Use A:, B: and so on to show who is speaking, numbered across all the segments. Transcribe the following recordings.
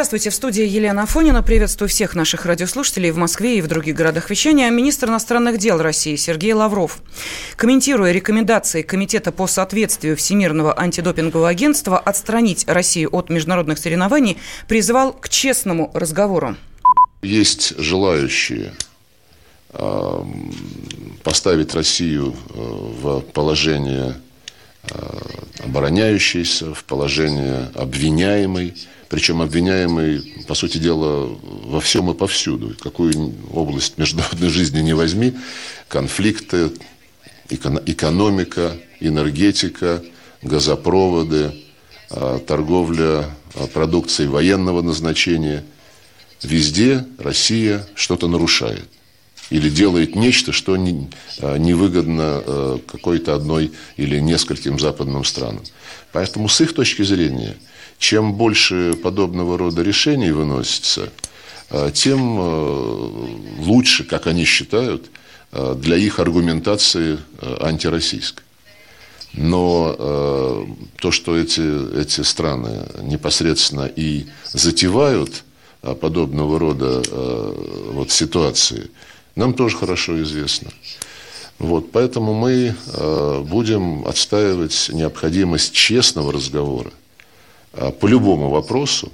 A: Здравствуйте, в студии Елена Афонина. Приветствую всех наших радиослушателей в Москве и в других городах вещания. Министр иностранных дел России Сергей Лавров, комментируя рекомендации Комитета по соответствию Всемирного антидопингового агентства отстранить Россию от международных соревнований, призвал к честному разговору.
B: Есть желающие поставить Россию в положение обороняющейся, в положение обвиняемой. Причем обвиняемый, по сути дела, во всем и повсюду. Какую область международной жизни не возьми, конфликты, экономика, энергетика, газопроводы, торговля продукцией военного назначения. Везде Россия что-то нарушает. Или делает нечто, что невыгодно какой-то одной или нескольким западным странам. Поэтому с их точки зрения, чем больше подобного рода решений выносится, тем лучше, как они считают, для их аргументации антироссийской. Но то, что эти страны непосредственно и затевают подобного рода ситуации, нам тоже хорошо известно. Поэтому мы будем отстаивать необходимость честного разговора по любому вопросу,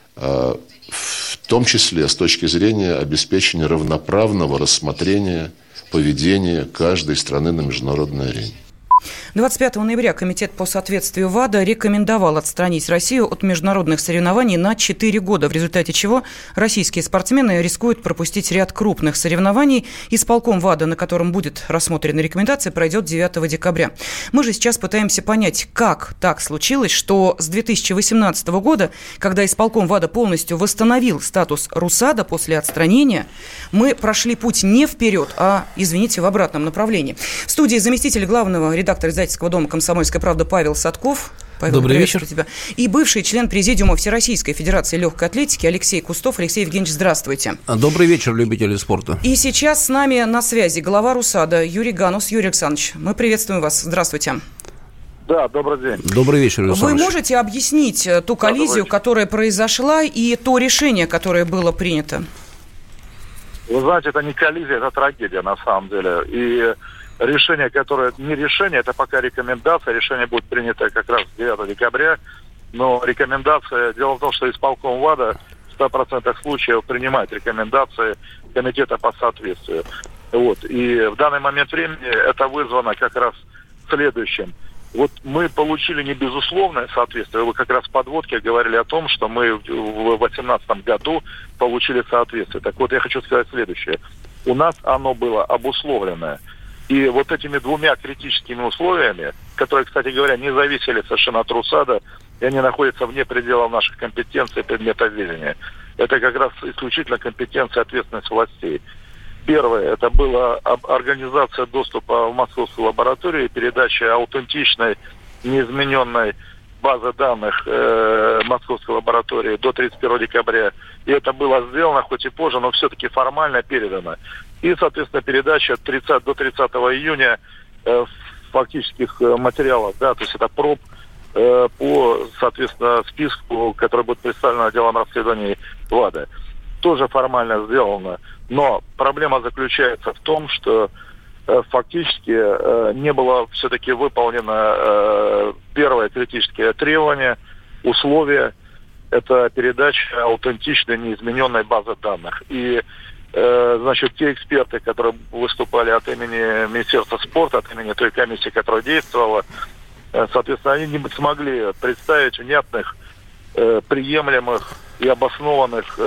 B: в том числе с точки зрения обеспечения равноправного рассмотрения поведения каждой страны на международной арене.
A: 25 ноября Комитет по соответствию ВАДА рекомендовал отстранить Россию от международных соревнований на 4 года, в результате чего российские спортсмены рискуют пропустить ряд крупных соревнований. Исполком ВАДА, на котором будет рассмотрена рекомендация, пройдет 9 декабря. Мы же сейчас пытаемся понять, как так случилось, что с 2018 года, когда исполком ВАДА полностью восстановил статус РУСАДА после отстранения, мы прошли путь не вперед, а, извините, в обратном направлении. В студии заместитель главного редактора издательского дома «Комсомольская правда» Павел Садков. Павел,
C: добрый вечер.
A: Тебя. И бывший член президиума Всероссийской Федерации легкой атлетики Алексей Кустов. Алексей Евгеньевич, здравствуйте.
C: Добрый вечер, любители спорта.
A: И сейчас с нами на связи глава РУСАДА Юрий Ганус. Юрий Александрович, мы приветствуем вас. Здравствуйте.
D: Да, добрый день.
C: Добрый вечер, Юрий Александрович.
A: Вы можете объяснить ту коллизию, которая произошла, и то решение, которое было принято?
D: Вы знаете, это не коллизия, это трагедия на самом деле. И решение, которое не решение, это пока рекомендация. Решение будет принято как раз 9 декабря. Но рекомендация... Дело в том, что исполком ВАДА в 100% случаев принимает рекомендации Комитета по соответствию. И в данный момент времени это вызвано как раз следующим. Мы получили не безусловное соответствие. Вы как раз в подводке говорили о том, что мы в 2018 году получили соответствие. Так вот, я хочу сказать следующее. У нас оно было обусловленное. И этими двумя критическими условиями, которые, кстати говоря, не зависели совершенно от РУСАДА, и они находятся вне пределов наших компетенций и предмета ведения, это как раз исключительно компетенция и ответственность властей. Первое, это была организация доступа в московскую лабораторию и передача аутентичной, неизмененной базы данных московской лаборатории до 31 декабря. И это было сделано, хоть и позже, но все-таки формально передано. И, соответственно, передача до 30 июня фактических материалов, то есть это проб по, соответственно, списку, который будет представлен отделом расследований ВАДА. Тоже формально сделано. Но проблема заключается в том, что фактически не было все-таки выполнено первое критическое требование, условие. Это передача аутентичной, неизмененной базы данных. И, те эксперты, которые выступали от имени Министерства спорта, от имени той комиссии, которая действовала, соответственно, они не смогли представить внятных, приемлемых и обоснованных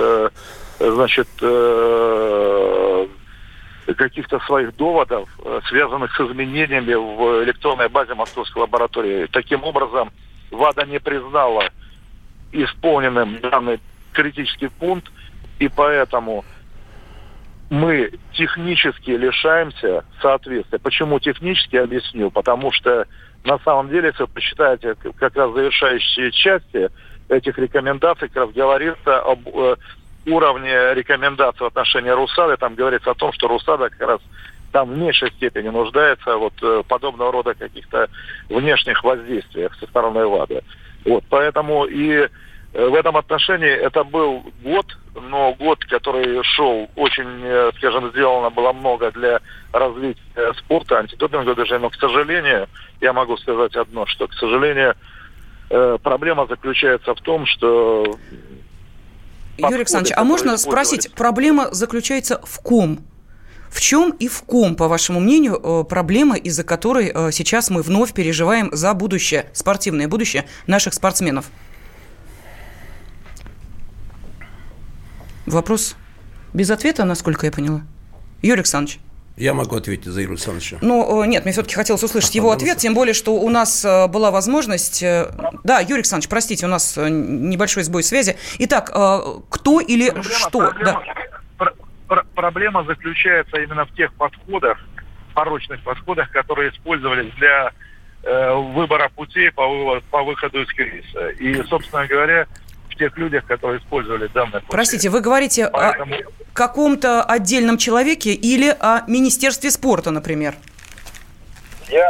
D: каких-то своих доводов, связанных с изменениями в электронной базе московской лаборатории. Таким образом, ВАДА не признала исполненным данный критический пункт, и поэтому мы технически лишаемся соответствия. Почему технически, объясню. Потому что на самом деле, если вы посчитаете как раз завершающие части этих рекомендаций, как раз говорится об уровне рекомендаций в отношении РУСАДА. Там говорится о том, что РУСАДА как раз там в меньшей степени нуждается подобного рода каких-то внешних воздействиях со стороны ВАДА. Поэтому и В этом отношении это был год, но год, который шел очень, скажем, сделано было много для развития спорта, антидопингового движения. Но, к сожалению, я могу сказать одно, что, к сожалению, проблема заключается в том, что...
A: Юрий Александрович, а можно спросить, проблема заключается в ком? В чем и в ком, по вашему мнению, проблема, из-за которой сейчас мы вновь переживаем за будущее, спортивное будущее наших спортсменов? Вопрос без ответа, насколько я поняла. Юрий Александрович.
C: Я могу ответить за Юрия Александровича.
A: Ну, нет, мне все-таки хотелось услышать его ответ, тем более, что у нас была возможность... Да, Юрий Александрович, простите, у нас небольшой сбой связи. Итак, кто или что?
D: Проблема заключается именно в тех подходах, порочных подходах, которые использовались для выбора путей по выходу из кризиса. И, собственно говоря, в тех людях, которые использовали данное пути.
A: Простите, вы говорите о каком-то отдельном человеке или о Министерстве спорта, например?
D: Я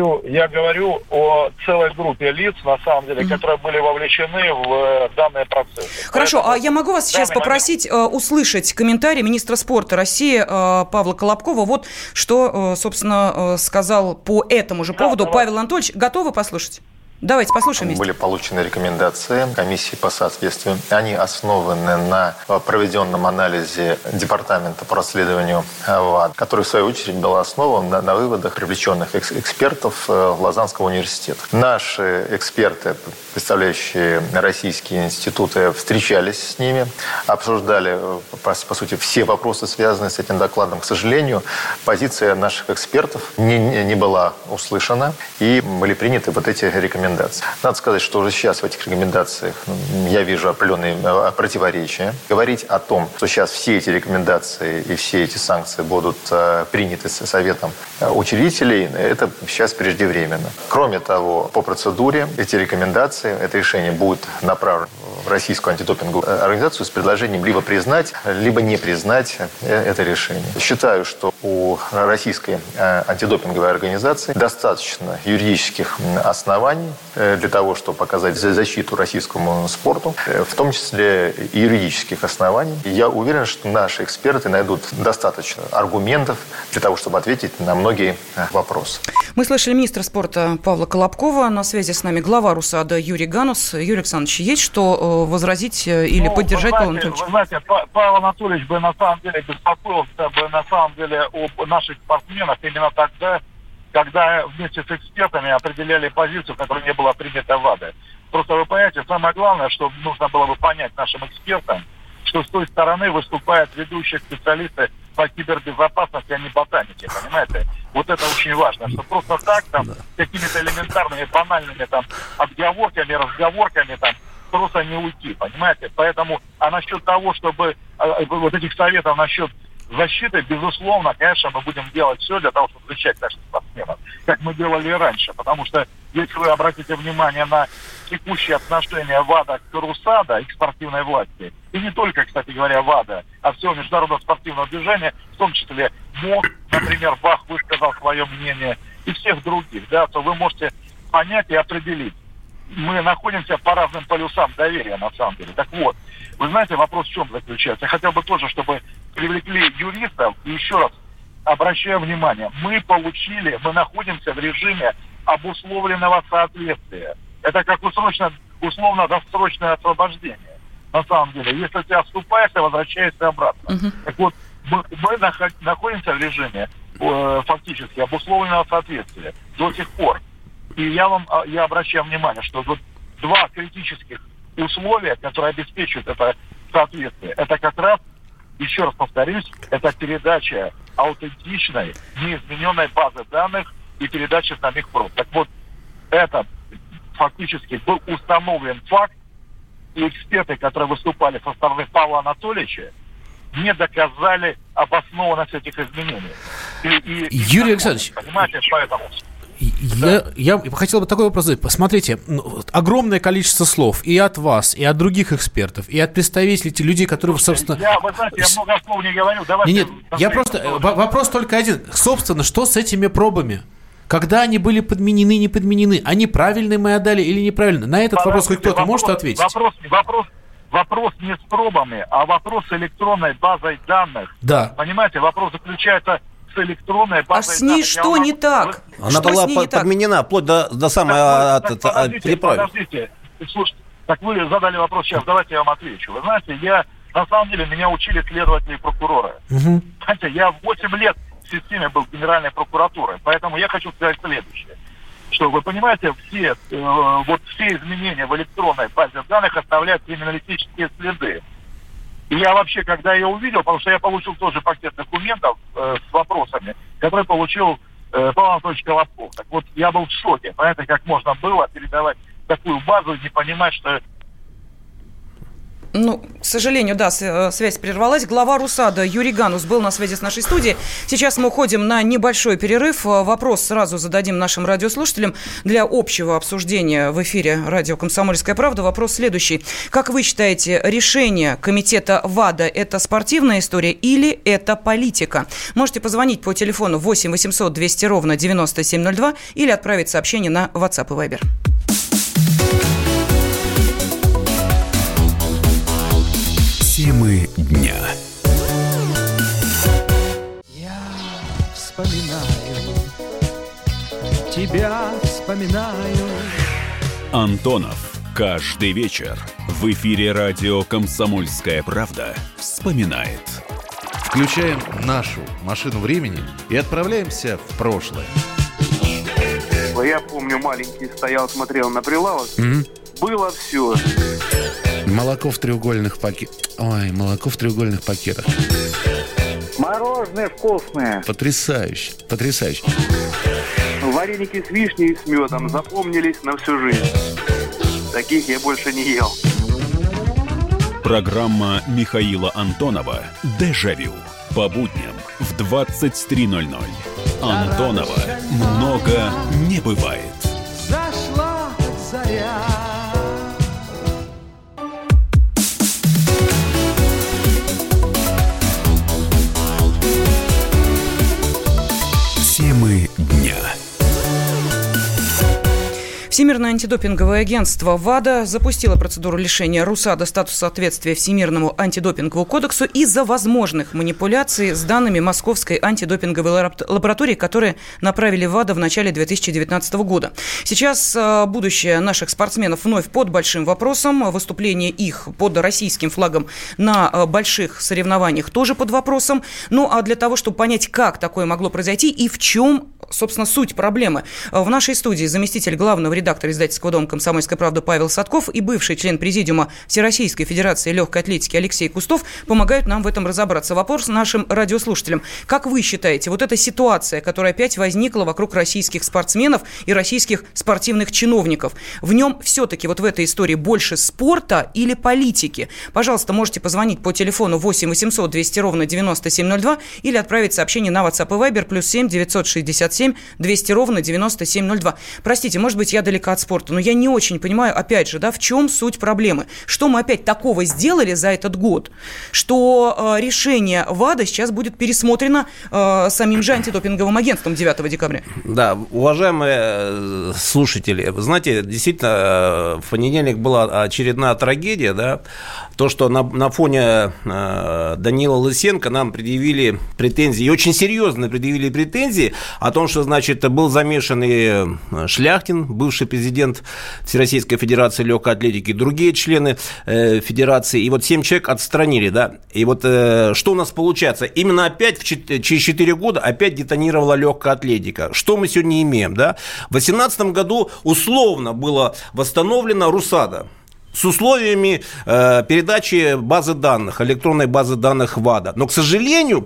D: говорю о целой группе лиц, на самом деле, которые были вовлечены в данные процессы.
A: Хорошо, поэтому, а я могу вас сейчас попросить услышать комментарий министра спорта России Павла Колобкова. Вот что, собственно, сказал по этому же поводу Павел Анатольевич. Готовы послушать? Давайте послушаем вместе.
E: Были получены рекомендации комиссии по соответствию. Они основаны на проведенном анализе Департамента по расследованию ВАДА, который, в свою очередь, был основан на выводах привлеченных экспертов Лозаннского университета. Наши эксперты, представляющие российские институты, встречались с ними, обсуждали, по сути, все вопросы, связанные с этим докладом. К сожалению, позиция наших экспертов не была услышана, и были приняты вот эти рекомендации. Надо сказать, что уже сейчас в этих рекомендациях я вижу определенные противоречия. Говорить о том, что сейчас все эти рекомендации и все эти санкции будут приняты Советом учредителей, это сейчас преждевременно. Кроме того, по процедуре эти рекомендации, это решение будет направлено в Российскую антидопинговую организацию с предложением либо признать, либо не признать это решение. Считаю, что у Российской антидопинговой организации достаточно юридических оснований для того, чтобы показать защиту российскому спорту, в том числе и юридических оснований. И я уверен, что наши эксперты найдут достаточно аргументов для того, чтобы ответить на многие вопросы.
A: Мы слышали министра спорта Павла Колобкова. На связи с нами глава РУСАДА Юрий Ганус. Юрий Александрович, есть что возразить или поддержать Павла Анатольевича?
D: Вы знаете, Павел Анатольевич бы на самом деле беспокоился бы на самом деле об наших спортсменах именно тогда, когда вместе с экспертами определяли позицию, которая не была принята ВАДА. Просто вы понимаете, самое главное, что нужно было бы понять нашим экспертам, что с той стороны выступают ведущие специалисты по кибербезопасности, а не ботаники, понимаете? Вот это очень важно, что просто так там какими-то элементарными, банальными там отговорками, разговорками там просто не уйти, понимаете? Поэтому, а насчет того, чтобы вот этих советов насчет защиты, безусловно, конечно, мы будем делать все для того, чтобы защищать наших спортсменов, как мы делали и раньше. Потому что, если вы обратите внимание на текущие отношения ВАДА к РУСАДА и к спортивной власти, и не только, кстати говоря, ВАДА, а всего международного спортивного движения, в том числе МОК, например, Бах высказал свое мнение, и всех других, да, то вы можете понять и определить. Мы находимся по разным полюсам доверия, на самом деле. Так вот, вы знаете, вопрос в чем заключается? Я хотел бы тоже, чтобы привлекли юристов, и еще раз обращаю внимание, мы находимся в режиме обусловленного соответствия. Это как условно-досрочное освобождение. На самом деле, если ты отступаешься, возвращаешься обратно. Так вот, мы находимся в режиме фактически обусловленного соответствия до сих пор. И я обращаю внимание, что вот два критических условия, которые обеспечивают это соответствие, это как раз, еще раз повторюсь, это передача аутентичной, неизмененной базы данных и передача самих проб. Так вот, это фактически был установлен факт, и эксперты, которые выступали со стороны Павла Анатольевича, не доказали обоснованность этих изменений.
C: Юрий Александрович,
D: понимаете, поэтому...
C: Я хотел бы такой вопрос задать. Посмотрите, огромное количество слов и от вас, и от других экспертов, и от представителей людей, которые, собственно...
D: Вы знаете, я много слов не говорю. Давайте...
C: Нет, я просто... Вопрос только один. Собственно, что с этими пробами? Когда они были подменены, не подменены? Они правильные мы отдали или неправильно? На этот вопрос хоть кто-то может ответить?
D: Вопрос не с пробами, а вопрос с электронной базой данных.
C: Да.
D: Понимаете, вопрос заключается с электронной базой данных.
A: А с ней что не так?
F: Она была подменена вплоть до самой переправки.
D: Подождите, слушайте, так вы задали вопрос сейчас, давайте я вам отвечу. Вы знаете, на самом деле меня учили следователи и прокуроры. Знаете, я 8 лет в системе был генеральной прокуратурой, поэтому я хочу сказать следующее. Что вы понимаете, все изменения в электронной базе данных оставляют криминалистические следы. И я вообще, когда ее увидел, потому что я получил тоже пакет документов с вопросами, который получил Павел Анатольевич Колобков. Так вот, я был в шоке. Понимаете, как можно было передавать такую базу и не понимать, что...
A: Ну, к сожалению, да, связь прервалась. Глава РУСАДА Юрий Ганус был на связи с нашей студией. Сейчас мы уходим на небольшой перерыв. Вопрос сразу зададим нашим радиослушателям для общего обсуждения в эфире радио «Комсомольская правда». Вопрос следующий. Как вы считаете, решение комитета ВАДА – это спортивная история или это политика? Можете позвонить по телефону 8 800 200 ровно 9702 или отправить сообщение на WhatsApp и Viber.
G: Темы дня.
H: Я вспоминаю, тебя вспоминаю.
G: Антонов. Каждый вечер в эфире радио «Комсомольская правда» вспоминает.
I: Включаем нашу машину времени и отправляемся в прошлое.
J: Я помню, маленький стоял, смотрел на прилавок. Было все.
I: Молоко в треугольных пакетах. Ой, молоко в треугольных пакетах.
J: Мороженое вкусное.
I: Потрясающе, потрясающе.
J: Вареники с вишней и с медом запомнились на всю жизнь. Таких я больше не ел.
G: Программа Михаила Антонова «Дежавю». По будням в 23:00. Антонова много не бывает.
H: Зашла заря.
G: Темы дня.
A: Всемирное антидопинговое агентство ВАДА запустило процедуру лишения РУСАДА статуса соответствия Всемирному антидопинговому кодексу из-за возможных манипуляций с данными Московской антидопинговой лаборатории, которые направили ВАДА в начале 2019 года. Сейчас будущее наших спортсменов вновь под большим вопросом. Выступление их под российским флагом на больших соревнованиях тоже под вопросом. Ну, а для того, чтобы понять, как такое могло произойти и в чем, собственно, суть проблемы, в нашей студии заместитель главного редактор издательского дома «Комсомольская правда» Павел Садков и бывший член президиума Всероссийской Федерации легкой атлетики Алексей Кустов помогают нам в этом разобраться. Вопрос нашим радиослушателям. Как вы считаете, вот эта ситуация, которая опять возникла вокруг российских спортсменов и российских спортивных чиновников, в нем все-таки вот в этой истории больше спорта или политики? Пожалуйста, можете позвонить по телефону 8 800 200 ровно 9702 или отправить сообщение на WhatsApp и Viber +7 967 200 ровно 9702. Простите, может быть, я далека от спорта, но я не очень понимаю, опять же, да, в чем суть проблемы. Что мы опять такого сделали за этот год, что решение ВАДА сейчас будет пересмотрено самим же антидопинговым агентством 9 декабря?
F: Да, уважаемые слушатели, вы знаете, действительно, в понедельник была очередная трагедия, да, то, что на фоне Данила Лысенко нам предъявили претензии, и очень серьезно предъявили претензии о том, что, значит, был замешан и Шляхтин, бывший президент Всероссийской Федерации легкой атлетики, другие члены федерации, и вот 7 человек отстранили, да, и вот что у нас получается? Именно опять через 4 года опять детонировала легкая атлетика. Что мы сегодня имеем, да? В 2018 году условно было восстановлено РУСАДА с условиями передачи базы данных, электронной базы данных ВАДА. Но, к сожалению,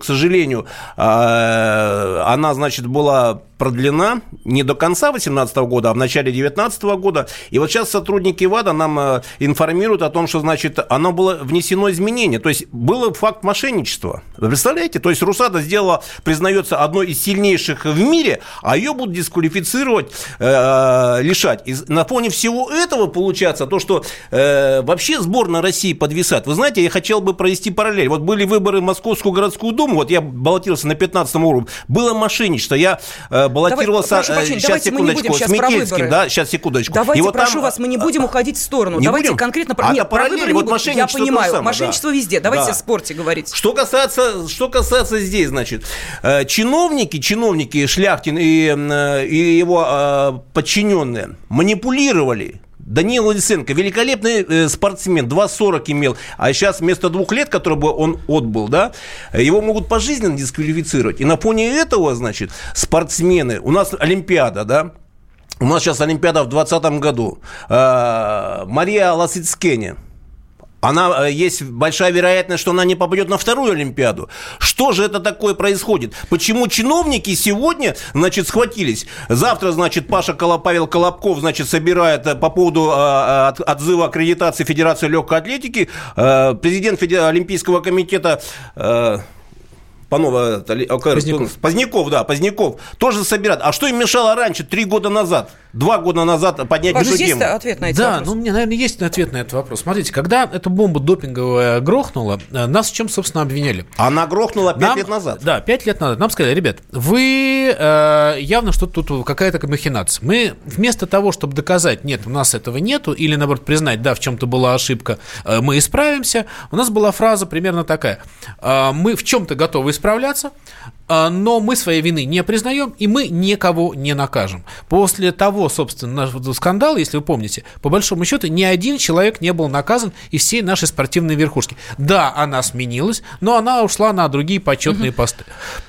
F: она, значит, была продлена не до конца 2018 года, а в начале 2019 года. И вот сейчас сотрудники ВАДА нам информируют о том, что, значит, оно было внесено изменение. То есть был факт мошенничества. Вы представляете? То есть РУСАДА признается одной из сильнейших в мире, а ее будут дисквалифицировать, лишать. И на фоне всего этого получается то, что вообще сборная России подвисает. Вы знаете, я хотел бы провести параллель. Вот были выборы в Московскую городскую думу, вот я баллотировался на 15-м уровне, было мошенничество. Я баллотировался, сейчас, секундочку, с Метельским, да, сейчас, секундочку.
A: Давайте, прошу вас, мы не будем уходить в сторону. Давайте конкретно... Нет,
F: параллели, вот мошенничество.
A: Я понимаю, мошенничество везде. Давайте о спорте говорить.
F: Что касается здесь, значит, чиновники Шляхтин и его подчиненные манипулировали. Данила Лысенко, великолепный спортсмен, 2,40 имел, а сейчас вместо 2 лет, которые бы он отбыл, да, его могут пожизненно дисквалифицировать. И на фоне этого, значит, спортсмены, у нас Олимпиада, да, у нас сейчас Олимпиада в 2020 году, Мария Ласицкене, есть большая вероятность, что она не попадет на вторую Олимпиаду. Что же это такое происходит? Почему чиновники сегодня, значит, схватились? Завтра, значит, Павел Колобков, значит, собирает по поводу отзыва аккредитации Федерации легкой атлетики. Президент Олимпийского комитета... Поздняков тоже собирает. А что им мешало раньше, 2 года назад поднять эту тему?
A: Есть ответ на этот вопрос?
C: Да, у меня, наверное, есть ответ на этот вопрос. Смотрите, когда эта бомба допинговая грохнула, нас в чем, собственно, обвиняли?
F: Она грохнула 5 лет назад.
C: Да, 5 лет назад. Нам сказали, ребят, вы явно что-то тут, какая-то махинация. Мы вместо того, чтобы доказать, нет, у нас этого нету, или, наоборот, признать, да, в чем-то была ошибка, мы исправимся, у нас была фраза примерно такая. Мы в чем-то готовы исправляться, но мы своей вины не признаем, и мы никого не накажем. После того, собственно, нашего скандала, если вы помните, по большому счету, ни один человек не был наказан из всей нашей спортивной верхушки. Да, она сменилась, но она ушла на другие почетные посты.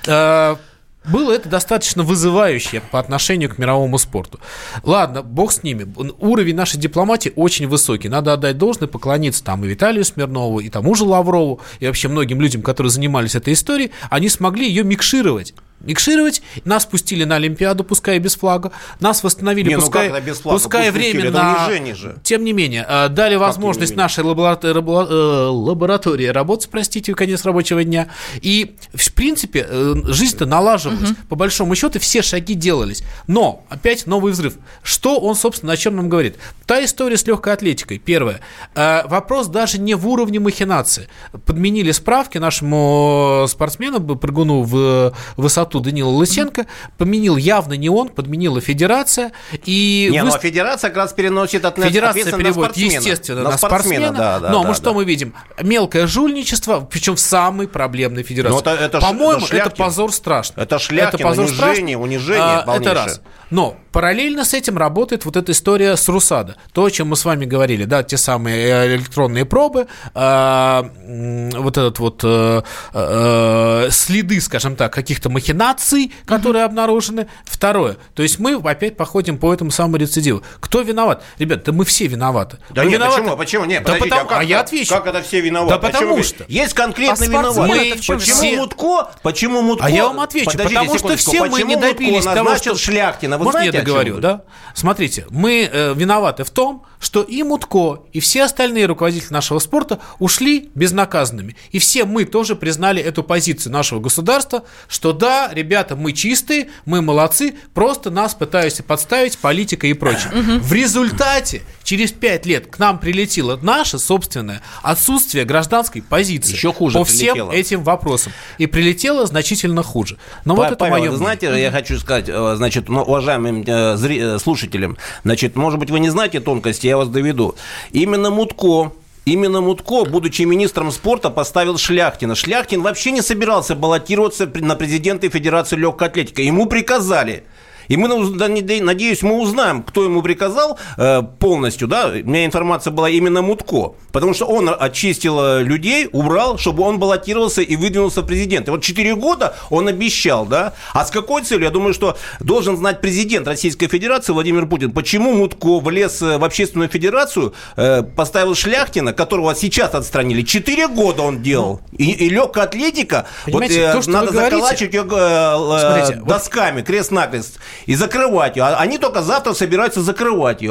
C: Было это достаточно вызывающе по отношению к мировому спорту. Ладно, бог с ними. Уровень нашей дипломатии очень высокий. Надо отдать должное, поклониться там и Виталию Смирнову, и тому же Лаврову, и вообще многим людям, которые занимались этой историей. Они смогли ее микшировать. Нас пустили на Олимпиаду, пускай без флага, нас восстановили, пускай временно, тем не менее, дали возможность нашей лаборатории работать, простите, конец рабочего дня, и, в принципе, жизнь-то налаживалась, по большому счету, все шаги делались, но, опять новый взрыв. Что он, собственно, о чем нам говорит? Та история с легкой атлетикой, первое, вопрос даже не в уровне махинации. Подменили справки нашему спортсмену, прыгуну в высоту Данила Лысенко, подменил явно не он, подменила федерация.
F: А федерация как раз переносит ответственность на спортсмена.
C: Естественно, на спортсмена. Но что мы видим? Мелкое жульничество, причем в самой проблемной федерации. По-моему, это позор страшный.
F: Это Шляхтин, унижение полнейшее.
C: Это раз. Но параллельно с этим работает вот эта история с РУСАДА. То, о чем мы с вами говорили, да, те самые электронные пробы, вот этот вот следы, скажем так, каких-то махинаций, которые обнаружены. Второе. То есть мы опять походим по этому самому рецидиву. Кто виноват? Ребят, да мы все виноваты.
F: Да нет, почему? Нет,
C: да подождите, я отвечу.
F: Как это все виноваты?
C: Да потому что.
F: Есть конкретно виноваты. Почему Мутко?
C: А я вам отвечу. Потому что все мы не добились того, что...
F: Шляхтина.
C: Можно я договорю, да? Смотрите, мы виноваты в том, что и Мутко, и все остальные руководители нашего спорта ушли безнаказанными. И все мы тоже признали эту позицию нашего государства, что да, ребята, мы чистые, мы молодцы, просто нас пытаются подставить политика и прочее. В результате через 5 лет к нам прилетело наше собственное отсутствие гражданской позиции.
F: Еще хуже
C: по
F: прилетело.
C: Всем этим вопросам. И прилетело значительно хуже. Но вот это
F: Павел, знаете, я хочу сказать, значит, уважаемым слушателям, значит, может быть, вы не знаете тонкости, я вас доведу. Именно Мутко, будучи министром спорта, поставил Шляхтина. Шляхтин вообще не собирался баллотироваться на президента Федерации легкой атлетики. Ему приказали. И мы, надеюсь, мы узнаем, кто ему приказал полностью, да, у меня информация была именно Мутко, потому что он очистил людей, убрал, чтобы он баллотировался и выдвинулся в президенты. Вот 4 года он обещал, да, а с какой целью? Я думаю, что должен знать президент Российской Федерации Владимир Путин, почему Мутко влез в общественную федерацию, поставил Шляхтина, которого сейчас отстранили, 4 года он делал, и легкая атлетика, вот, надо заколачивать ее досками, крест-накрест, и закрывать ее. Они только завтра собираются закрывать ее.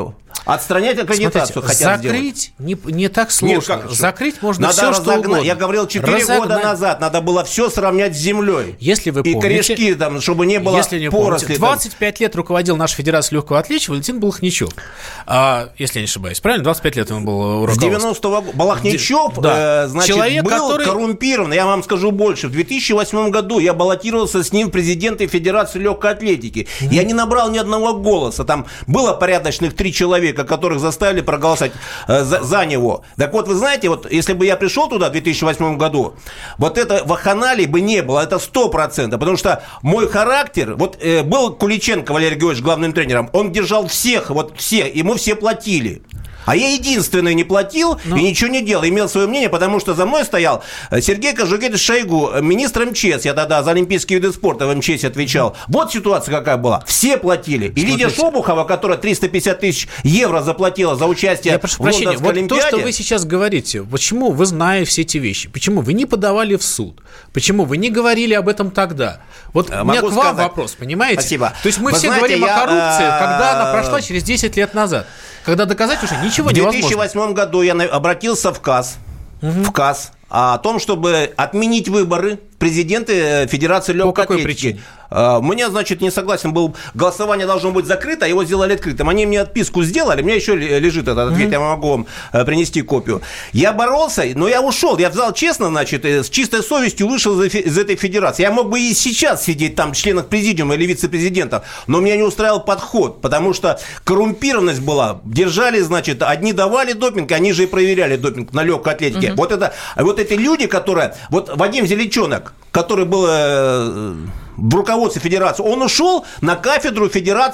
F: Отстранять аккредитацию хотят
C: закрыть не так сложно.
F: Нет,
C: закрыть можно
F: надо
C: все, что угодно.
F: Я говорил, 4 года назад надо было все сравнять с землей.
C: Если вы помните,
F: корешки, там, чтобы не было поросли.
C: 25 лет руководил наша Федерация легкого отличия Валентин Балахничев. Если я не ошибаюсь, правильно? 25 лет он был руководством.
F: С 90-го года Балахничев, значит, человек, был коррумпирован. Я вам скажу больше. В 2008 году я баллотировался с ним в президенты Федерации легкой атлетики. Я не набрал ни одного голоса. Там было порядочных 3 человека, которых заставили проголосовать за него. Так вот, вы знаете, вот если бы я пришел туда в 2008 году, вот это вакханалии бы не было, это 100%, потому что мой характер, вот был Куличенко Валерий Георгиевич главным тренером, он держал всех, ему все платили. А я единственный не платил и ничего не делал. Имел свое мнение, потому что за мной стоял Сергей Кожугетович Шойгу, министр МЧС. Я тогда за олимпийские виды спорта в МЧС отвечал. Вот ситуация какая была. Все платили. И Лидия Шобухова, которая 350 тысяч евро заплатила за участие в Лондонской Олимпиаде.
C: То, что вы сейчас говорите, почему вы, зная все эти вещи, почему вы не подавали в суд? Почему вы не говорили об этом тогда? Вот у меня к вам вопрос, понимаете?
F: Спасибо.
C: То есть мы все говорим о коррупции, когда она прошла через 10 лет назад. Когда доказать уже ничего невозможно.
F: В 2008 году я обратился в КАС, о том, чтобы отменить выборы президента Федерации легкой атлетики. По какой причине? Мне, значит, не согласен был. Голосование должно быть закрыто, а его сделали открытым. Они мне отписку сделали, у меня еще лежит этот ответ, я могу вам принести копию. Я боролся, но я ушел. Я взял честно, значит, с чистой совестью вышел из этой федерации. Я мог бы и сейчас сидеть там в членах президиума или вице-президентов, но меня не устраивал подход, потому что коррумпированность была. Держали, значит, одни давали допинг, они же и проверяли допинг на легкой атлетике. Вот эти люди, которые... Вот Вадим Зелечонок, который был... в руководстве федерации, он ушел на кафедру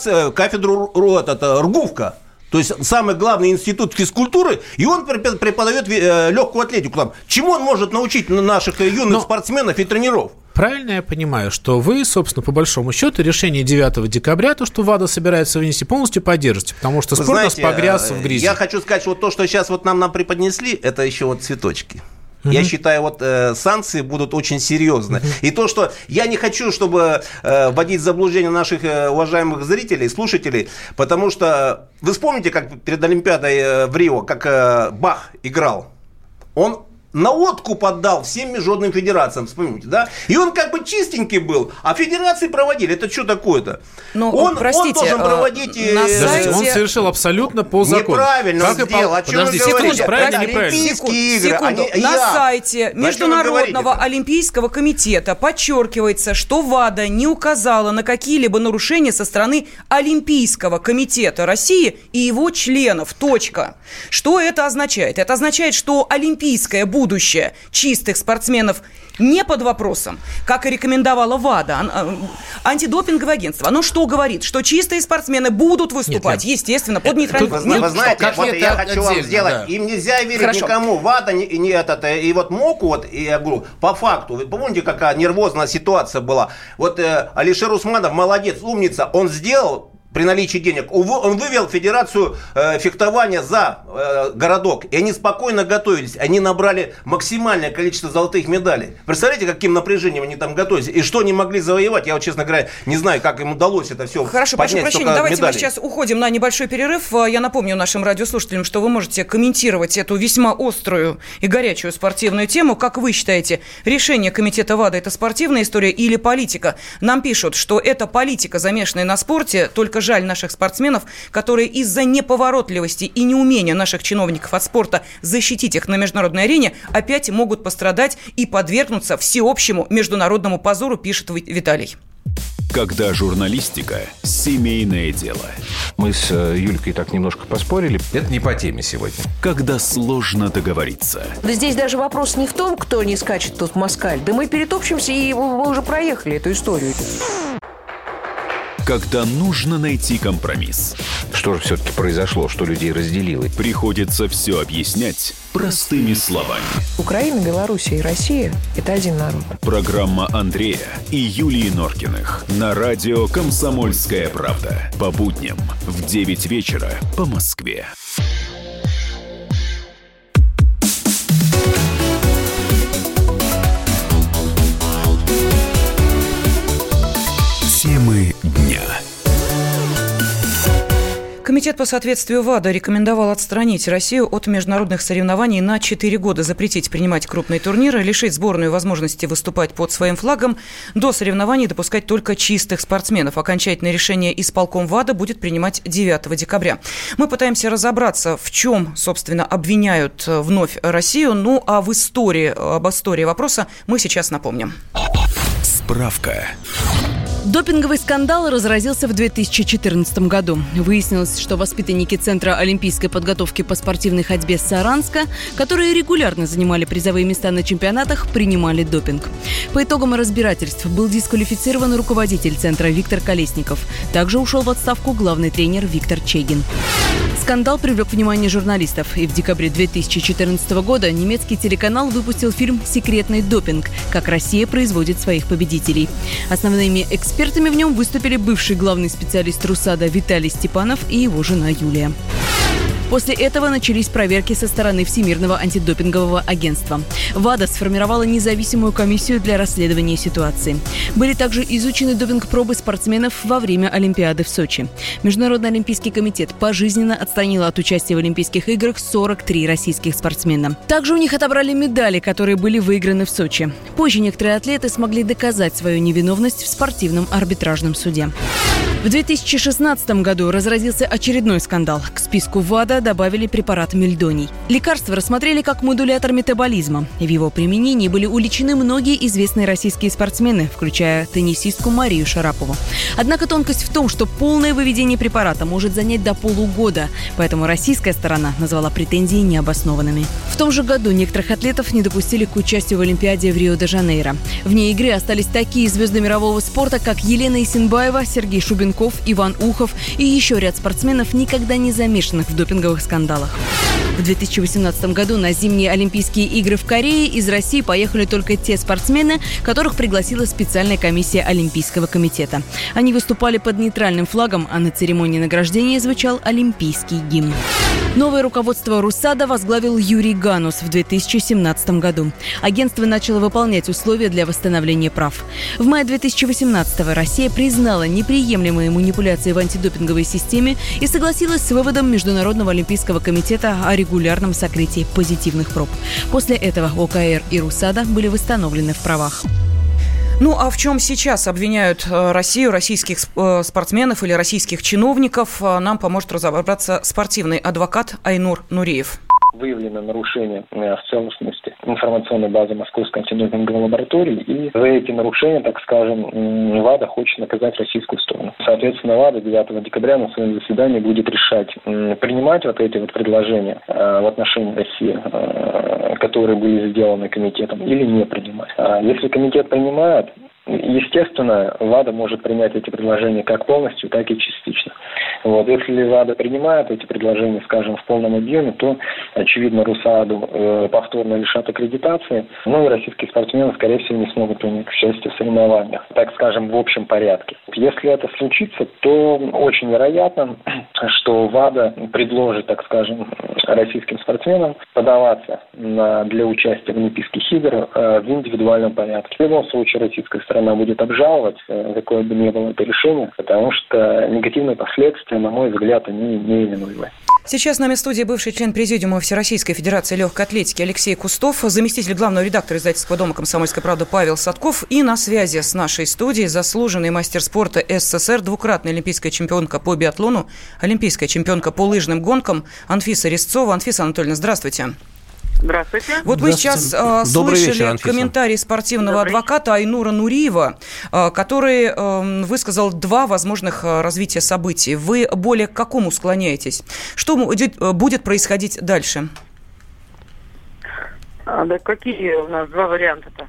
F: РГУФКа, то есть самый главный институт физкультуры, и он преподает легкую атлетику там. Чему он может научить наших юных спортсменов и тренеров?
C: Правильно я понимаю, что вы, собственно, по большому счету, решение 9 декабря, то, что ВАДА собирается вынести, полностью поддержите, потому что спорт у нас погряз в грязи.
F: Я хочу сказать, что вот то, что сейчас вот нам преподнесли, это еще вот цветочки. Я считаю, вот санкции будут очень серьезны. И то, что я не хочу, чтобы вводить в заблуждение наших уважаемых зрителей, слушателей, потому что вы вспомните, как перед Олимпиадой в Рио, как Бах играл. Он на откуп отдал всем международным федерациям, вспомните, да? И он как бы чистенький был, а федерации проводили. Это что такое-то?
A: Он
F: должен проводить...
A: на сайте...
C: Он совершил абсолютно по закону.
F: Неправильно он сделал. О чем вы говорите?
C: Правильно, неправильно?
A: Секунду. На сайте Международного олимпийского комитета подчеркивается, что ВАДА не указала на какие-либо нарушения со стороны Олимпийского комитета России и его членов. Точка. Что это означает? Это означает, что олимпийское будущее чистых спортсменов не под вопросом, как и рекомендовала ВАДА, антидопинговое агентство. Оно что говорит? Что чистые спортсмены будут выступать, естественно, под нейтральным...
F: Вы знаете, вот я хочу вам сделать, им нельзя верить никому. ВАДА и вот МОКу, вот, и я говорю, по факту, вы помните, какая нервозная ситуация была? Вот Алишер Усманов, молодец, умница, он сделал при наличии денег, он вывел федерацию фехтования за городок, и они спокойно готовились, они набрали максимальное количество золотых медалей. Представляете, каким напряжением они там готовились, и что они могли завоевать, я вот, честно говоря, не знаю, как им удалось это все поднять.
A: Хорошо, прошу прощения, давайте
F: медалей.
A: мы сейчас уходим на небольшой перерыв. Я напомню нашим радиослушателям, что вы можете комментировать эту весьма острую и горячую спортивную тему. Как вы считаете, решение комитета ВАДА – это спортивная история или политика? Нам пишут, что это политика, замешанная на спорте, только жаль наших спортсменов, которые из-за неповоротливости и неумения наших чиновников от спорта защитить их на международной арене опять могут пострадать и подвергнуться всеобщему международному позору, пишет Виталий.
G: Когда журналистика – семейное дело.
K: Мы с Юлькой так немножко поспорили. Это не по теме сегодня.
G: Когда сложно договориться.
L: Да здесь даже вопрос не в том, кто не скачет тут в москаль. Да мы перетопчемся, и мы уже проехали эту историю.
G: Когда нужно найти компромисс.
K: Что же все-таки произошло, что людей разделило?
G: Приходится все объяснять простыми словами.
L: Украина, Белоруссия и Россия – это один народ.
G: Программа Андрея и Юлии Норкиных на радио «Комсомольская правда». По будням в 9 вечера по Москве. Темы дня.
A: Комитет по соответствию ВАДА рекомендовал отстранить Россию от международных соревнований на 4 года, запретить принимать крупные турниры, лишить сборную возможности выступать под своим флагом, до соревнований допускать только чистых спортсменов. Окончательное решение исполком ВАДА будет принимать 9 декабря. Мы пытаемся разобраться, в чем, собственно, обвиняют вновь Россию. Ну, а об истории вопроса мы сейчас напомним.
G: Справка.
M: Допинговый скандал разразился в 2014 году. Выяснилось, что воспитанники Центра олимпийской подготовки по спортивной ходьбе Саранска, которые регулярно занимали призовые места на чемпионатах, принимали допинг. По итогам разбирательств был дисквалифицирован руководитель Центра Виктор Колесников. Также ушел в отставку главный тренер Виктор Чегин. Скандал привлек внимание журналистов, и в декабре 2014 года немецкий телеканал выпустил фильм «Секретный допинг. Как Россия производит своих победителей». Основными экспертами в нем выступили бывший главный специалист РУСАДА Виталий Степанов и его жена Юлия. После этого начались проверки со стороны Всемирного антидопингового агентства. ВАДА сформировала независимую комиссию для расследования ситуации. Были также изучены допинг-пробы спортсменов во время Олимпиады в Сочи. Международный олимпийский комитет пожизненно отстранил от участия в Олимпийских играх 43 российских спортсмена. Также у них отобрали медали, которые были выиграны в Сочи. Позже некоторые атлеты смогли доказать свою невиновность в спортивном арбитражном суде. В 2016 году разразился очередной скандал. К списку ВАДА добавили препарат мельдоний. Лекарство рассмотрели как модулятор метаболизма. В его применении были уличены многие известные российские спортсмены, включая теннисистку Марию Шарапову. Однако тонкость в том, что полное выведение препарата может занять до полугода, поэтому российская сторона назвала претензии необоснованными. В том же году некоторых атлетов не допустили к участию в Олимпиаде в Рио-де-Жанейро. Вне игры остались такие звезды мирового спорта, как Елена Исенбаева, Сергей Шубенков, Иван Ухов и еще ряд спортсменов, никогда не замешанных в допинговых скандалах. В 2018 году на зимние Олимпийские игры в Корее из России поехали только те спортсмены, которых пригласила специальная комиссия Олимпийского комитета. Они выступали под нейтральным флагом, а на церемонии награждения звучал олимпийский гимн. Новое руководство РУСАДА возглавил Юрий Ганус в 2017 году. Агентство начало выполнять условия для восстановления прав. В мае 2018-го Россия признала неприемлемые манипуляции в антидопинговой системе и согласилась с выводом Международного олимпийского комитета о регулярном сокрытии позитивных проб. После этого ОКР и РУСАДА были восстановлены в правах.
A: Ну, а в чем сейчас обвиняют Россию, российских спортсменов или российских чиновников, нам поможет разобраться спортивный адвокат Айнур Нуриев.
N: Выявлено нарушение в целостности информационной базы Московской антидопинговой лаборатории, и за эти нарушения, так скажем, ВАДА хочет наказать российскую сторону. Соответственно, ВАДА 9 декабря на своем заседании будет решать, принимать вот эти вот предложения в отношении России, которые были сделаны комитетом, или не принимать. Если комитет принимает, естественно, ВАДА может принять эти предложения как полностью, так и частично. Вот. Если ВАДА принимает эти предложения, скажем, в полном объеме, то, очевидно, РУСАДА повторно лишат аккредитации, и российские спортсмены, скорее всего, не смогут принять участие в соревнованиях, так скажем, в общем порядке. Если это случится, то очень вероятно, что ВАДА предложит, так скажем, российским спортсменам подаваться для участия в Олимпийских играх в индивидуальном порядке. В любом случае, российская сторона будет обжаловать, какое бы ни было это решение, потому что негативные последствия, на мой взгляд, они неименуемы.
A: Сейчас с нами в студии бывший член Президиума Всероссийской Федерации легкой атлетики Алексей Кустов, заместитель главного редактора издательского дома «Комсомольская правда» Павел Садков и на связи с нашей студией заслуженный мастер спорта СССР, двукратная олимпийская чемпионка по биатлону, олимпийская чемпионка по лыжным гонкам Анфиса Резцова. Анфиса Анатольевна, здравствуйте.
O: Здравствуйте.
A: Вот мы сейчас слышали комментарий спортивного адвоката Айнура Нуриева, который высказал два возможных развития событий. Вы более к какому склоняетесь? Что будет происходить дальше?
O: Да какие у нас два варианта-то?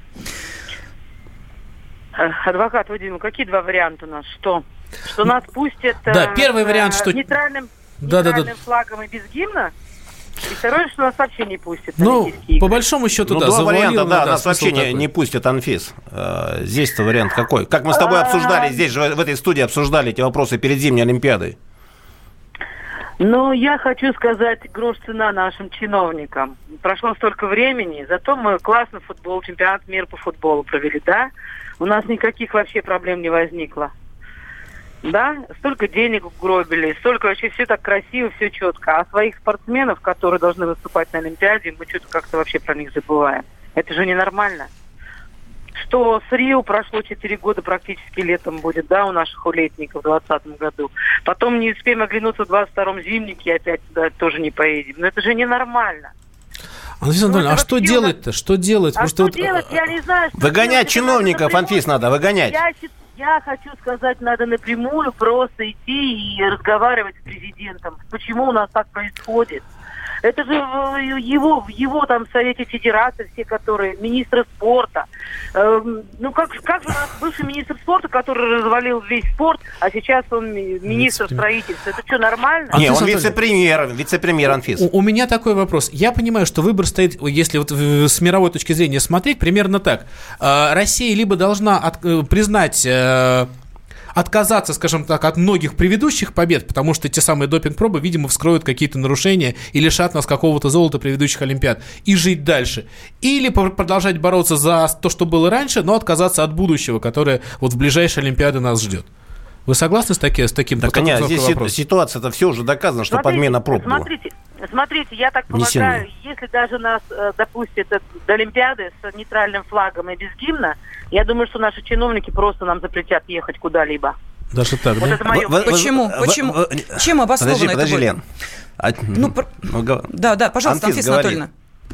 O: Адвокат Вадим, какие два варианта у нас? Что нас пустят
C: первый вариант, что...
O: нейтральным флагом и без гимна? И второе, что нас вообще не пустят.
C: По большому счету,
F: два варианта, нас вообще не пустят, Анфис. Здесь-то вариант какой? Как мы с тобой обсуждали, здесь же в этой студии обсуждали эти вопросы перед зимней Олимпиадой.
O: Я хочу сказать, грош цена нашим чиновникам. Прошло столько времени, зато мы классный футбол, чемпионат мира по футболу провели, да? У нас никаких вообще проблем не возникло. Да, столько денег угробили, столько вообще все так красиво, все четко. А своих спортсменов, которые должны выступать на Олимпиаде, мы что-то как-то вообще про них забываем. Это же ненормально. Что с Рио прошло 4 года, практически летом будет, да, у наших летников в 2020 году. Потом не успеем оглянуться в 22-м зимнике, и опять туда тоже не поедем. Но это же ненормально.
C: Анфиса Анатольевна, а что делать-то? Что делать?
O: А что делать, я не знаю.
F: Выгонять чиновников, Анфис, надо выгонять.
O: Я хочу сказать, надо напрямую просто идти и разговаривать с президентом. Почему у нас так происходит? Это же его там в Совете Федерации, все которые, министры спорта. Ну как же у нас бывший министр спорта, который развалил весь спорт, а сейчас он министр строительства. Это что, нормально?
F: Не, он вице-премьер, Анфис.
C: У меня такой вопрос. Я понимаю, что выбор стоит, если вот с мировой точки зрения смотреть, примерно так. Россия либо должна признать... отказаться, скажем так, от многих предыдущих побед, потому что те самые допинг-пробы, видимо, вскроют какие-то нарушения и лишат нас какого-то золота предыдущих Олимпиад, и жить дальше. Или продолжать бороться за то, что было раньше, но отказаться от будущего, которое вот в ближайшие Олимпиады нас ждет. Вы согласны с таким?
F: Да, конечно, здесь ситуация-то все уже доказано, что подмена проб была.
O: Смотрите, я так полагаю, если даже нас допустят до Олимпиады с нейтральным флагом и без гимна, я думаю, что наши чиновники просто нам запретят ехать куда-либо.
C: Даже так,
O: вот
C: да?
O: Это мое...
A: Почему? Чем обосновано это
F: будет? Лен.
A: Да, пожалуйста, Анфиса Анатольевна.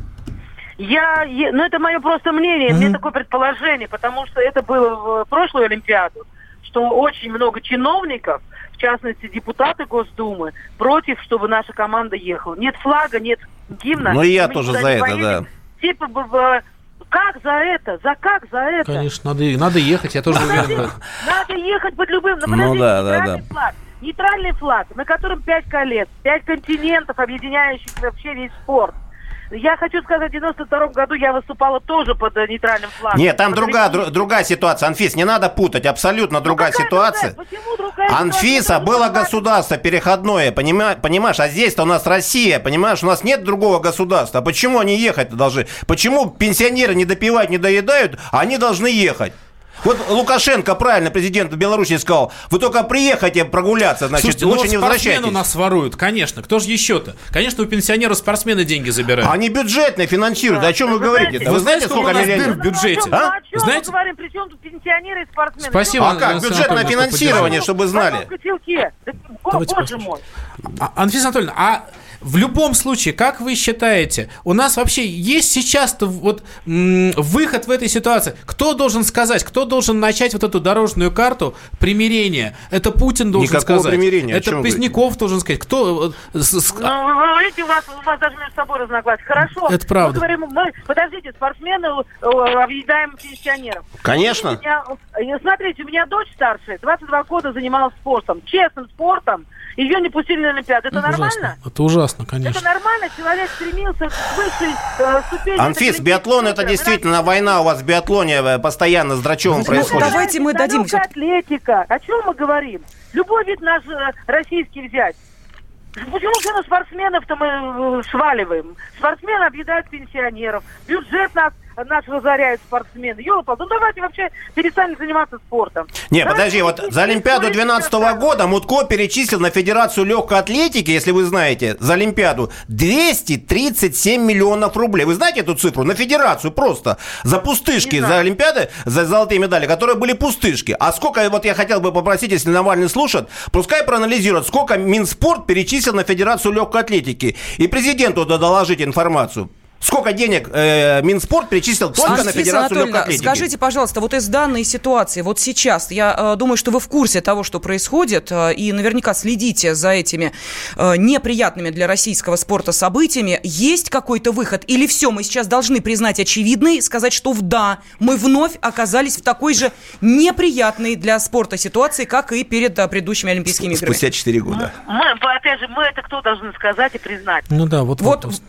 O: Это мое просто мнение, мне такое предположение, потому что это было в прошлую Олимпиаду, что очень много чиновников, в частности депутаты Госдумы, против, чтобы наша команда ехала. Нет флага, нет гимна.
F: Ну и я тоже за это, да.
O: Типа, как за это? Как за это?
C: Конечно, надо ехать, я тоже уверен.
O: Надо ехать под любым... Нейтральный флаг, на котором 5 колец, 5 континентов, объединяющих вообще весь спорт. Я хочу сказать, в 92-м году я выступала тоже под нейтральным флагом.
F: Нет, там другая ситуация. Анфис, не надо путать, абсолютно другая ситуация.
O: Почему другая
F: Анфиса,
O: ситуация?
F: было государство переходное, понимаешь, а здесь-то у нас Россия, понимаешь, у нас нет другого государства. А почему они ехать должны? Почему пенсионеры не допивают, не доедают, а они должны ехать? Вот Лукашенко, правильно, президент Беларуси сказал, вы только приехайте прогуляться, значит,
C: слушайте,
F: лучше не возвращайтесь.
C: Спортсмены у нас воруют, конечно, кто же еще-то? Конечно, у пенсионеров спортсмены деньги забирают.
F: Они бюджетно финансируют, о чем вы говорите?
C: Вы знаете, сколько дыр в бюджете?
O: О чем мы говорим, при чем тут пенсионеры и спортсмены?
C: Спасибо.
F: А как, бюджетное финансирование, чтобы знали?
O: Боже мой.
C: Анфиса Анатольевна, в любом случае, как вы считаете, у нас вообще есть сейчас-то вот выход в этой ситуации? Кто должен сказать, кто должен начать вот эту дорожную карту примирения? Это Путин должен
F: Никакого
C: сказать.
F: Примирения.
C: Это Поздняков должен сказать. Кто?
O: Вы видите, у вас даже между собой разногласия. Хорошо.
C: Это правда.
O: Подождите, спортсмены объедаем пенсионеров.
F: Конечно.
O: Смотрите, у меня дочь старшая, 22 года занималась спортом, честным спортом. Ее не пустили на Олимпиаду. Это нормально?
C: Это ужасно, конечно.
O: Это нормально? Человек стремился к высшей ступени.
F: Анфис, биатлон это действительно война. У вас в биатлоне постоянно с Драчевым происходит.
A: Давайте мы дадим...
O: Атлетика. О чем мы говорим? Любой вид наш российский взять. Почему же на спортсменов-то мы сваливаем? Спортсмены объедают пенсионеров. Бюджет наш разоряют спортсмены. Ёлопал, давайте вообще перестанем заниматься спортом.
F: Не, подожди, вот за Олимпиаду 2012 года Мутко перечислил на Федерацию легкой атлетики, если вы знаете, за Олимпиаду 237 миллионов рублей. Вы знаете эту цифру? На Федерацию просто. За пустышки, за Олимпиады, за золотые медали, которые были пустышки. А сколько, вот я хотел бы попросить, если Навальный слушает, пускай проанализирует, сколько Минспорт перечислил на Федерацию легкой атлетики. И президенту доложить информацию. Сколько денег Минспорт перечислил только на Федерацию легкой атлетики?
A: Скажите, пожалуйста, вот из данной ситуации, вот сейчас, я думаю, что вы в курсе того, что происходит, и наверняка следите за этими неприятными для российского спорта событиями. Есть какой-то выход? Или все, мы сейчас должны признать очевидное и сказать, что да, мы вновь оказались в такой же неприятной для спорта ситуации, как и перед предыдущими Олимпийскими играми?
F: Спустя 4 года.
O: Опять же, мы это кто должны сказать и признать?
C: Ну да, вот.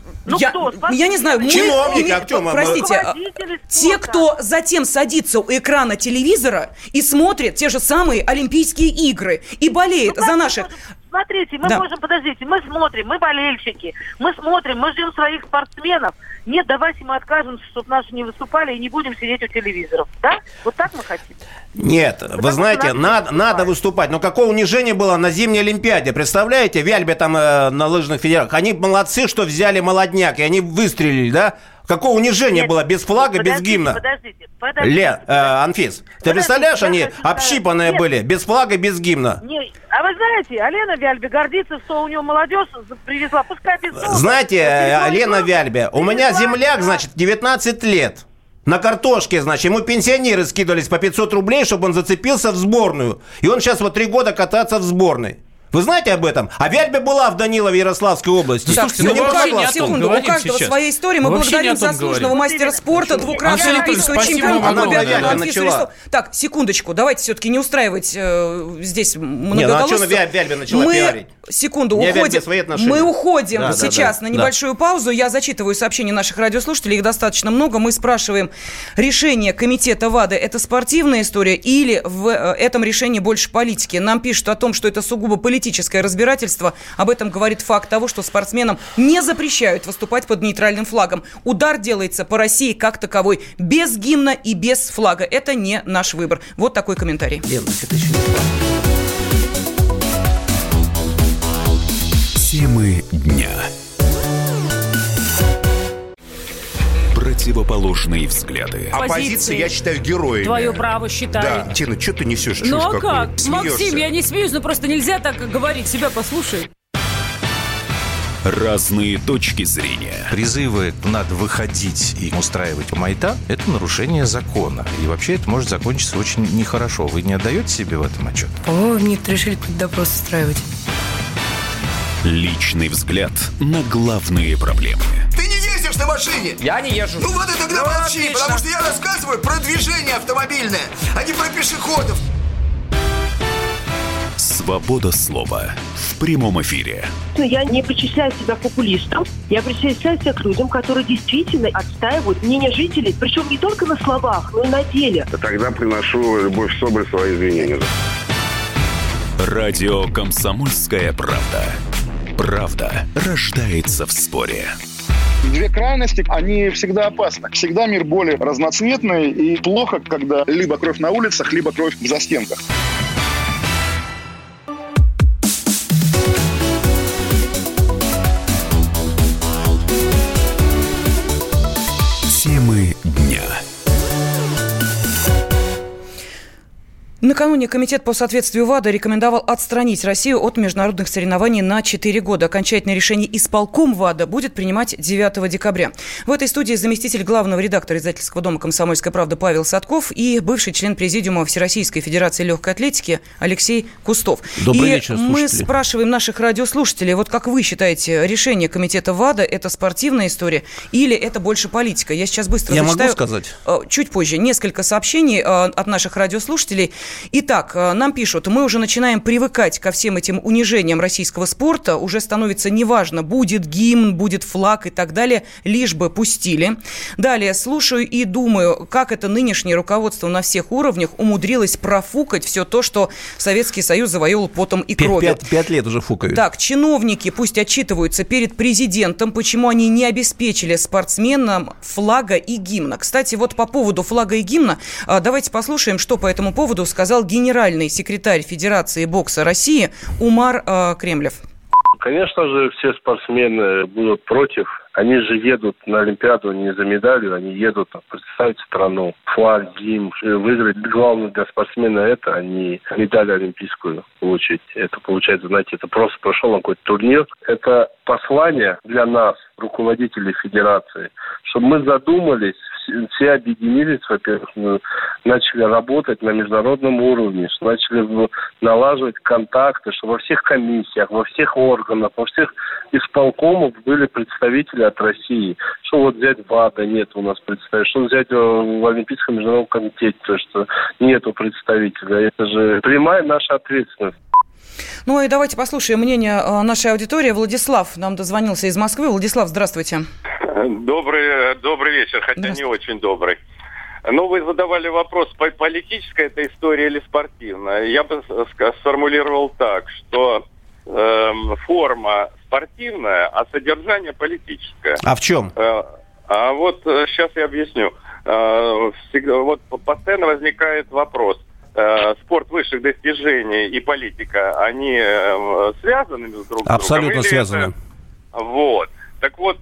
A: Я не знаю, простите, те, кто затем садится у экрана телевизора и смотрит те же самые Олимпийские игры и болеет за наших...
O: Смотрите, мы можем, подождите, мы смотрим, мы болельщики, мы смотрим, мы ждем своих спортсменов. нет, давайте мы откажемся, чтобы наши не выступали и не будем сидеть у телевизоров. Да? Вот так мы хотим?
F: Нет, вы знаете, надо выступать. Но какое унижение было на зимней Олимпиаде. Представляете, Вяльбе там на лыжных федерациях. Они молодцы, что взяли молодняк, и они выстрелили, да? Какое унижение было без флага, без гимна.
O: Подождите.
F: Анфис, ты представляешь, они общипанные были, без флага, без гимна.
O: А вы знаете, Алена Вяльбе гордится, что у нее молодежь привезла, пускай без флага.
F: Знаете, Алена Вяльбе, у меня земляк, значит, 19 лет. На картошке, значит, ему пенсионеры скидывались по 500 рублей, чтобы он зацепился в сборную. И он сейчас вот 3 года кататься в сборной. Вы знаете об этом? А Вяльбе была в Данилове Ярославской области.
A: Так, секунду, у каждого своя история. Мы благодарим заслуженного мастера спорта, двукратного олимпийского чемпиона. Так, секундочку, давайте все-таки не устраивать здесь многоголосицу.
F: Вяльбе начала пиарить?
A: Секунду, мы уходим сейчас на небольшую паузу. Я зачитываю сообщения наших радиослушателей, их достаточно много. Мы спрашиваем, решение комитета ВАДА – это спортивная история или в этом решении больше политики? Нам пишут о том, что это сугубо политическое разбирательство. Об этом говорит факт того, что спортсменам не запрещают выступать под нейтральным флагом. Удар делается по России как таковой, без гимна и без флага. Это не наш выбор. Вот такой комментарий.
G: Темы дня. Противоположные взгляды.
P: Оппозиция, я считаю, героями.
Q: Твое право считаю.
P: Да, Тина, что ты несешь?
Q: Ну а как? Максим, я не смеюсь, но просто нельзя так говорить. Себя послушай.
G: Разные точки зрения.
R: Призывы «надо выходить и устраивать майдан» – это нарушение закона. И вообще это может закончиться очень нехорошо. Вы не отдаете себе в этом отчет?
L: Нет, решили какой-то допрос устраивать.
G: Личный взгляд на главные проблемы.
S: Ты не ездишь на машине?
T: Я не езжу.
S: Ну вот и тогда молчи, отлично. Потому что я рассказываю про движение автомобильное, а не про пешеходов.
G: Свобода слова в прямом эфире.
U: Я не причисляю себя популистом. Я причисляю себя к людям, которые действительно отстаивают мнение жителей. Причем не только на словах, но и на деле.
V: Тогда приношу Любовь Соболь свои извинения.
G: Радио «Комсомольская правда». Правда рождается в споре.
W: Две крайности, они всегда опасны. Всегда мир более разноцветный, и плохо, когда либо кровь на улицах, либо кровь в застенках.
G: Темы дня.
A: Накануне Комитет по соответствию ВАДА рекомендовал отстранить Россию от международных соревнований на 4 года. Окончательное решение исполком ВАДА будет принимать 9 декабря. В этой студии заместитель главного редактора издательского дома «Комсомольская правда» Павел Садков и бывший член президиума Всероссийской Федерации легкой атлетики Алексей Кустов.
F: Добрый вечер, слушатели.
A: Мы спрашиваем наших радиослушателей, вот как вы считаете, решение Комитета ВАДА – это спортивная история или это больше политика? Я сейчас быстро зачитаю.
F: Могу сказать?
A: Чуть позже. Несколько сообщений от наших радиослушателей. Итак, нам пишут, мы уже начинаем привыкать ко всем этим унижениям российского спорта. Уже становится неважно, будет гимн, будет флаг и так далее, лишь бы пустили. Далее, слушаю и думаю, как это нынешнее руководство на всех уровнях умудрилось профукать все то, что Советский Союз завоевал потом и кровью.
F: 5 лет уже фукают.
A: Так, чиновники пусть отчитываются перед президентом, почему они не обеспечили спортсменам флага и гимна. Кстати, вот по поводу флага и гимна, давайте послушаем, что по этому поводу сказал генеральный секретарь Федерации бокса России Умар Кремлев.
V: Конечно же, все спортсмены будут против. Они же едут на Олимпиаду не за медалью, они едут представить страну. Флаг, гимн. Выиграть главное для спортсмена это, а не медаль олимпийскую получить. Это получается, знаете, это просто прошел на какой-то турнир. Это послание для нас, руководителей федерации, чтобы мы задумались, все объединились, во-первых, начали работать на международном уровне, начали налаживать контакты, что во всех комиссиях, во всех органах, во всех исполкомах были представители от России. Что вот взять ВАДА, нет у нас представителей, что взять в Олимпийском международном комитете, то что нету представителя. Это же прямая наша ответственность.
A: Ну и давайте послушаем мнение нашей аудитории. Владислав нам дозвонился из Москвы. Владислав, здравствуйте.
X: Добрый вечер, хотя не очень добрый. Ну, вы задавали вопрос, политическая это история или спортивная. Я бы сформулировал так, что форма спортивная, а содержание политическое.
F: А в чем?
X: А вот сейчас я объясню. Вот постоянно возникает вопрос. Спорт высших достижений и политика, они связаны друг с другом?
F: Абсолютно связаны.
X: Вот. Так вот,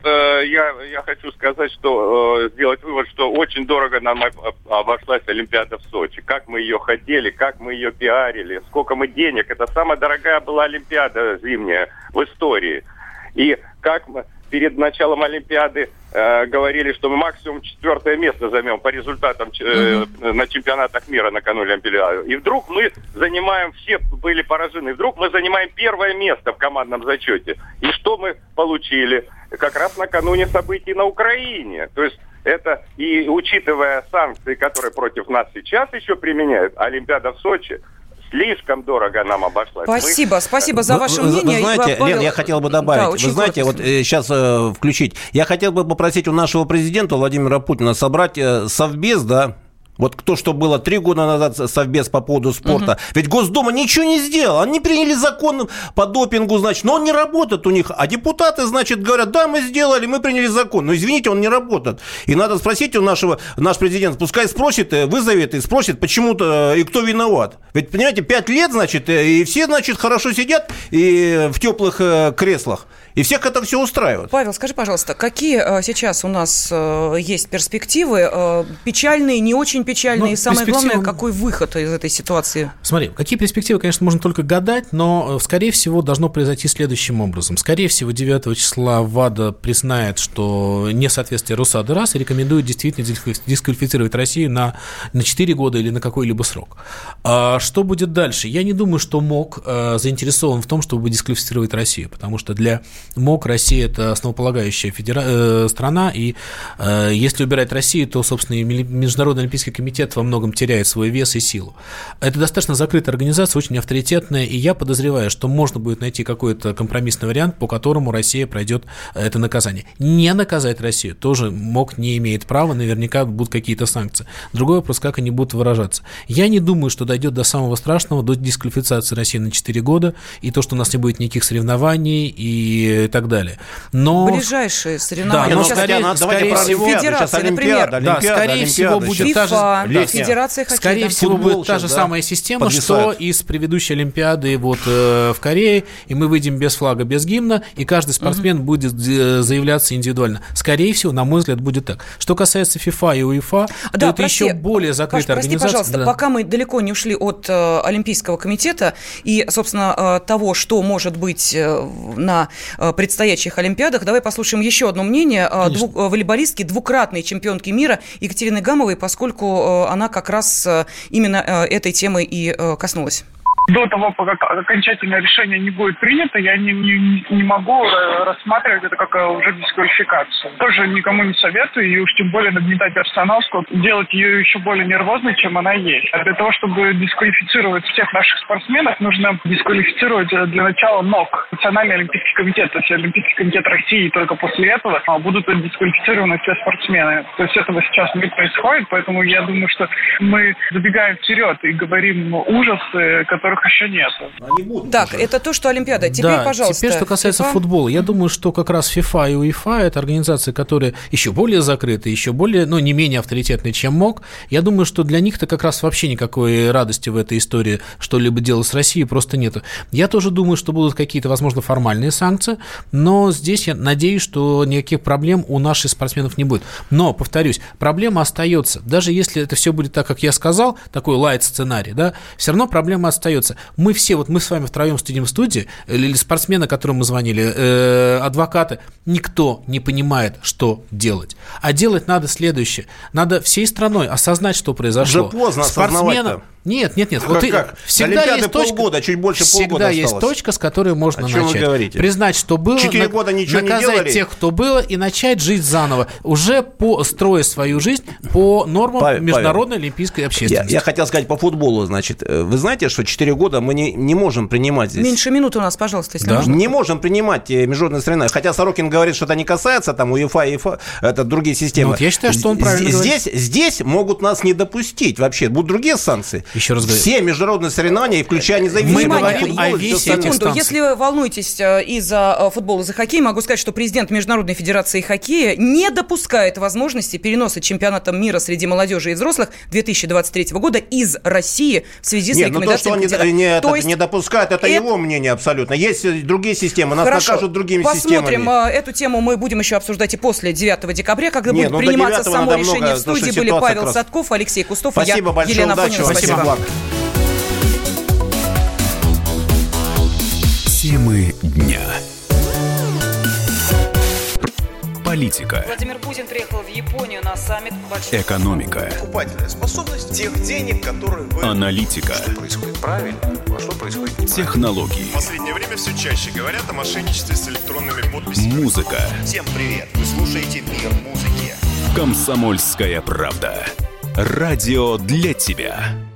X: я хочу сказать, что сделать вывод, что очень дорого нам обошлась Олимпиада в Сочи. Как мы ее хотели, как мы ее пиарили, сколько мы денег. Это самая дорогая была Олимпиада зимняя в истории. И как мы перед началом Олимпиады говорили, что мы максимум 4 место займем по результатам на чемпионатах мира накануне Олимпиады. И вдруг мы занимаем, все были поражены, вдруг мы занимаем 1 место в командном зачете. И что мы получили? Как раз накануне событий на Украине. То есть это, и учитывая санкции, которые против нас сейчас еще применяют, Олимпиада в Сочи, слишком дорого нам обошлась.
A: Спасибо за ваше мнение.
F: Вы знаете, Лен, я хотел бы добавить. Вы знаете, вот сейчас включить. Я хотел бы попросить у нашего президента Владимира Путина собрать совбез, да, вот то, что было 3 года назад совбез по поводу спорта. Ведь Госдума ничего не сделала. Они приняли закон по допингу, значит, но он не работает у них. А депутаты, значит, говорят, да, мы сделали, мы приняли закон. Но, извините, он не работает. И надо спросить у наш президент, пускай спросит, вызовет и спросит, почему-то и кто виноват. Ведь, понимаете, 5 лет, значит, и все, значит, хорошо сидят и в теплых креслах. И всех это все устраивает.
A: Павел, скажи, пожалуйста, какие сейчас у нас есть перспективы? Печальные, не очень печальные? И самое главное, какой выход из этой ситуации?
C: Смотри, какие перспективы, конечно, можно только гадать, но, скорее всего, должно произойти следующим образом. Скорее всего, 9 числа ВАДА признает, что несоответствие РУСАДА раз и рекомендует действительно дисквалифицировать Россию на 4 года или на какой-либо срок. Что будет дальше? Я не думаю, что МОК заинтересован в том, чтобы дисквалифицировать Россию, потому что для МОК Россия – это основополагающая страна, и если убирать Россию, то, собственно, и Международный олимпийский комитет во многом теряет свой вес и силу. Это достаточно закрытая организация, очень авторитетная, и я подозреваю, что можно будет найти какой-то компромиссный вариант, по которому Россия пройдет это наказание. Не наказать Россию тоже МОК не имеет права, наверняка будут какие-то санкции. Другой вопрос, как они будут выражаться. Я не думаю, что дойдет до самого страшного, до дисквалификации России на 4 года, и то, что у нас не будет никаких соревнований, и так далее. Но
A: ближайшие соревнования.
C: Да, скорее всего,
A: федерация, например.
C: Да, скорее всего, будет та же
A: федерация хоккея.
C: Скорее всего, будет та же самая система, что и с предыдущей Олимпиады вот в Корее, и мы выйдем без флага, без гимна, и каждый спортсмен будет заявляться индивидуально. Скорее всего, на мой взгляд, будет так. Что касается ФИФА и УЕФА, то это еще более закрытая организация.
A: Прости, пожалуйста, пока мы далеко не ушли от Олимпийского комитета и, собственно, того, что может быть на предстоящих Олимпиадах, давай послушаем еще одно мнение волейболистки, двукратной чемпионки мира Екатерины Гамовой, поскольку она как раз именно этой темы и коснулась.
B: До того, пока окончательное решение не будет принято, я не могу рассматривать это как уже дисквалификацию. Тоже никому не советую, и уж тем более нагнетать обстановку, делать ее еще более нервозной, чем она есть. А для того, чтобы дисквалифицировать всех наших спортсменов, нужно дисквалифицировать для начала НОК, Национальный олимпийский комитет, то есть Олимпийский комитет России, и только после этого будут дисквалифицированы все спортсмены. То есть этого сейчас не происходит, поэтому я думаю, что мы забегаем вперед и говорим ужасы, которых еще нет.
A: Так, это то, что Олимпиада. Теперь, пожалуйста.
C: Теперь, что касается футбола. Я думаю, что как раз ФИФА и УЕФА – это организации, которые еще более закрыты, еще более, не менее авторитетные, чем МОК. Я думаю, что для них-то как раз вообще никакой радости в этой истории что-либо делать с Россией просто нету. Я тоже думаю, что будут какие-то, возможно, формальные санкции, но здесь я надеюсь, что никаких проблем у наших спортсменов не будет. Но, повторюсь, проблема остается. Даже если это все будет так, как я сказал, такой лайт-сценарий, да, все равно проблема остается. Мы все, мы с вами втроем сидим в студии, или спортсмены, которым мы звонили, адвокаты, никто не понимает, что делать. А делать надо следующее. Надо всей страной осознать, что произошло.
F: Уже поздно осознавать-то.
C: Нет.
F: Как?
C: Всегда
F: Олимпиады
C: есть точка,
F: полгода, чуть больше полгода
C: осталось. Всегда есть точка, с которой можно начать.
F: О чем вы говорите?
C: Признать, что было,
F: 4 года ничего
C: наказать
F: не делали.
C: тех, кто было, и начать жить заново. Уже строя свою жизнь по нормам международной олимпийской общественности.
F: Я хотел сказать по футболу, значит. Вы знаете, что 4 года мы не можем принимать здесь.
A: Меньше минуты у нас, пожалуйста, если можно.
F: Не можем принимать международные соревнования. Хотя Сорокин говорит, что это не касается, там УЕФА, ЕФА, это другие системы.
C: Я считаю, что он правильно говорит.
F: Здесь могут нас не допустить вообще. Будут другие санкции.
C: Еще раз говорю.
F: Все международные соревнования, включая независимые.
C: Мы говорим о весе этих
A: Секунду,
C: станций.
A: если вы волнуетесь из-за футбола, за хоккей, могу сказать, что президент Международной федерации хоккея не допускает возможности переноса чемпионата мира среди молодежи и взрослых 2023 года из России в связи с рекомендациями
F: президента. То есть не допускает, это его мнение абсолютно. Есть другие системы, нас накажут другими системами.
A: Посмотрим. Эту тему мы будем еще обсуждать и после 9 декабря, когда будет приниматься само решение. В студии были Павел Садков, Алексей Кустов и я, Елена Афонина. Спасибо.
G: Темы дня. Политика.
A: Владимир Путин приехал в Японию на саммит большой.
G: Экономика.
P: Покупательная способность тех денег, которые вы...
G: Аналитика.
P: Что происходит правильно, а что происходит неправильно.
G: Технологии.
P: В последнее время все чаще говорят о мошенничестве с электронными подписями.
G: Музыка.
P: Всем привет! Вы слушаете «Мир музыки».
G: Комсомольская правда. Радио для тебя.